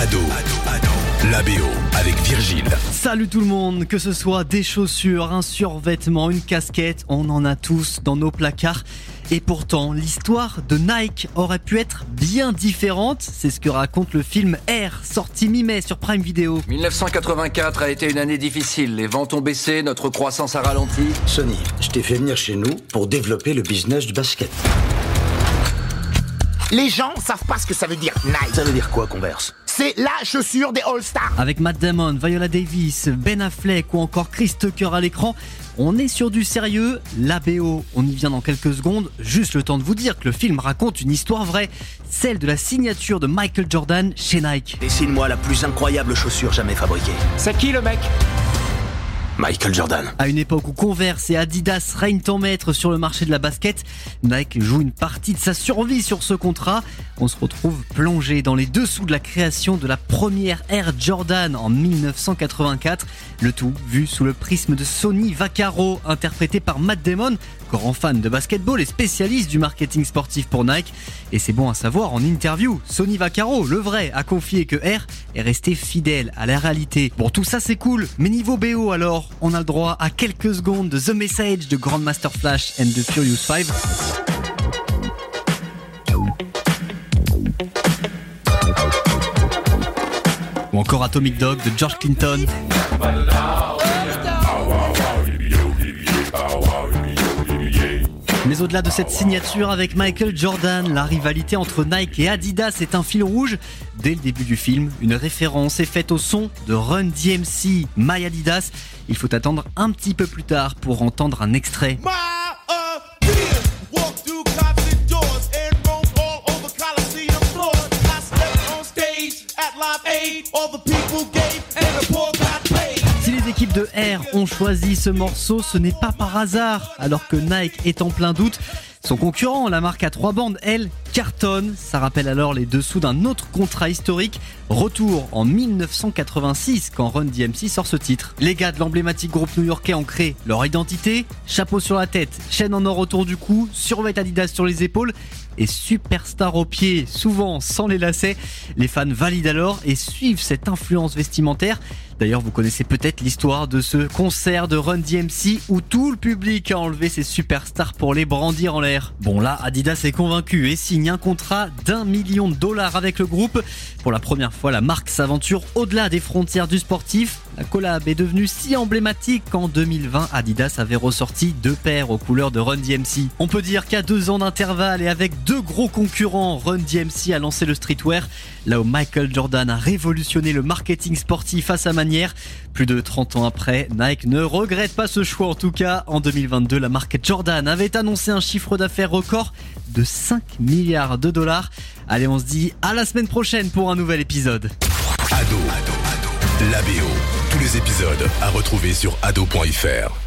Ado, la BO avec Virgile. Salut tout le monde, que ce soit des chaussures, un survêtement, une casquette, on en a tous dans nos placards. Et pourtant, l'histoire de Nike aurait pu être bien différente. C'est ce que raconte le film Air, sorti mi-mai sur Prime Video. 1984 a été une année difficile. Les ventes ont baissé, notre croissance a ralenti. Sonny, je t'ai fait venir chez nous pour développer le business du basket. Les gens savent pas ce que ça veut dire Nike. Ça veut dire quoi, Converse? C'est la chaussure des All-Stars. Avec Matt Damon, Viola Davis, Ben Affleck ou encore Chris Tucker à l'écran, on est sur du sérieux. La BO, on y vient dans quelques secondes. Juste le temps de vous dire que le film raconte une histoire vraie, celle de la signature de Michael Jordan chez Nike. Dessine-moi la plus incroyable chaussure jamais fabriquée. C'est qui le mec? Michael Jordan. À une époque où Converse et Adidas règnent en maître sur le marché de la basket, Nike joue une partie de sa survie sur ce contrat. On se retrouve plongé dans les dessous de la création de la première Air Jordan en 1984. Le tout vu sous le prisme de Sonny Vaccaro, interprété par Matt Damon, grand fan de basketball et spécialiste du marketing sportif pour Nike. Et c'est bon à savoir, en interview, Sonny Vaccaro, le vrai, a confié que Air est resté fidèle à la réalité. Bon, tout ça c'est cool, mais niveau BO alors, on a le droit à quelques secondes de The Message de Grandmaster Flash and the Furious 5. Ou encore Atomic Dog de George Clinton. Mais au-delà de cette signature avec Michael Jordan, la rivalité entre Nike et Adidas est un fil rouge. Dès le début du film, une référence est faite au son de Run DMC, My Adidas. Il faut attendre un petit peu plus tard pour entendre un extrait. Si les équipes de Air ont choisi ce morceau, ce n'est pas par hasard. Alors que Nike est en plein doute, son concurrent, la marque à 3 bandes, elle, cartonne. Ça rappelle alors les dessous d'un autre contrat historique. Retour en 1986 quand Run DMC sort ce titre. Les gars de l'emblématique groupe new-yorkais ont créé leur identité. Chapeau sur la tête, chaîne en or autour du cou, survêt Adidas sur les épaules et superstar aux pieds, souvent sans les lacets. Les fans valident alors et suivent cette influence vestimentaire. D'ailleurs, vous connaissez peut-être l'histoire de ce concert de Run DMC où tout le public a enlevé ses superstars pour les brandir en l'air. Bon là, Adidas est convaincu et signe un contrat d'$1 million avec le groupe. Pour la première fois, la marque s'aventure au-delà des frontières du sportif. La collab est devenue si emblématique qu'en 2020, Adidas avait ressorti 2 paires aux couleurs de Run DMC. On peut dire qu'à 2 ans d'intervalle et avec 2 gros concurrents, Run DMC a lancé le streetwear, là où Michael Jordan a révolutionné le marketing sportif à sa manière. Plus de 30 ans après, Nike ne regrette pas ce choix. En tout cas, en 2022, la marque Jordan avait annoncé un chiffre d'affaires record de $5 milliards. Allez, on se dit à la semaine prochaine pour un nouvel épisode. Ado, la BO. Tous les épisodes à retrouver sur ado.fr.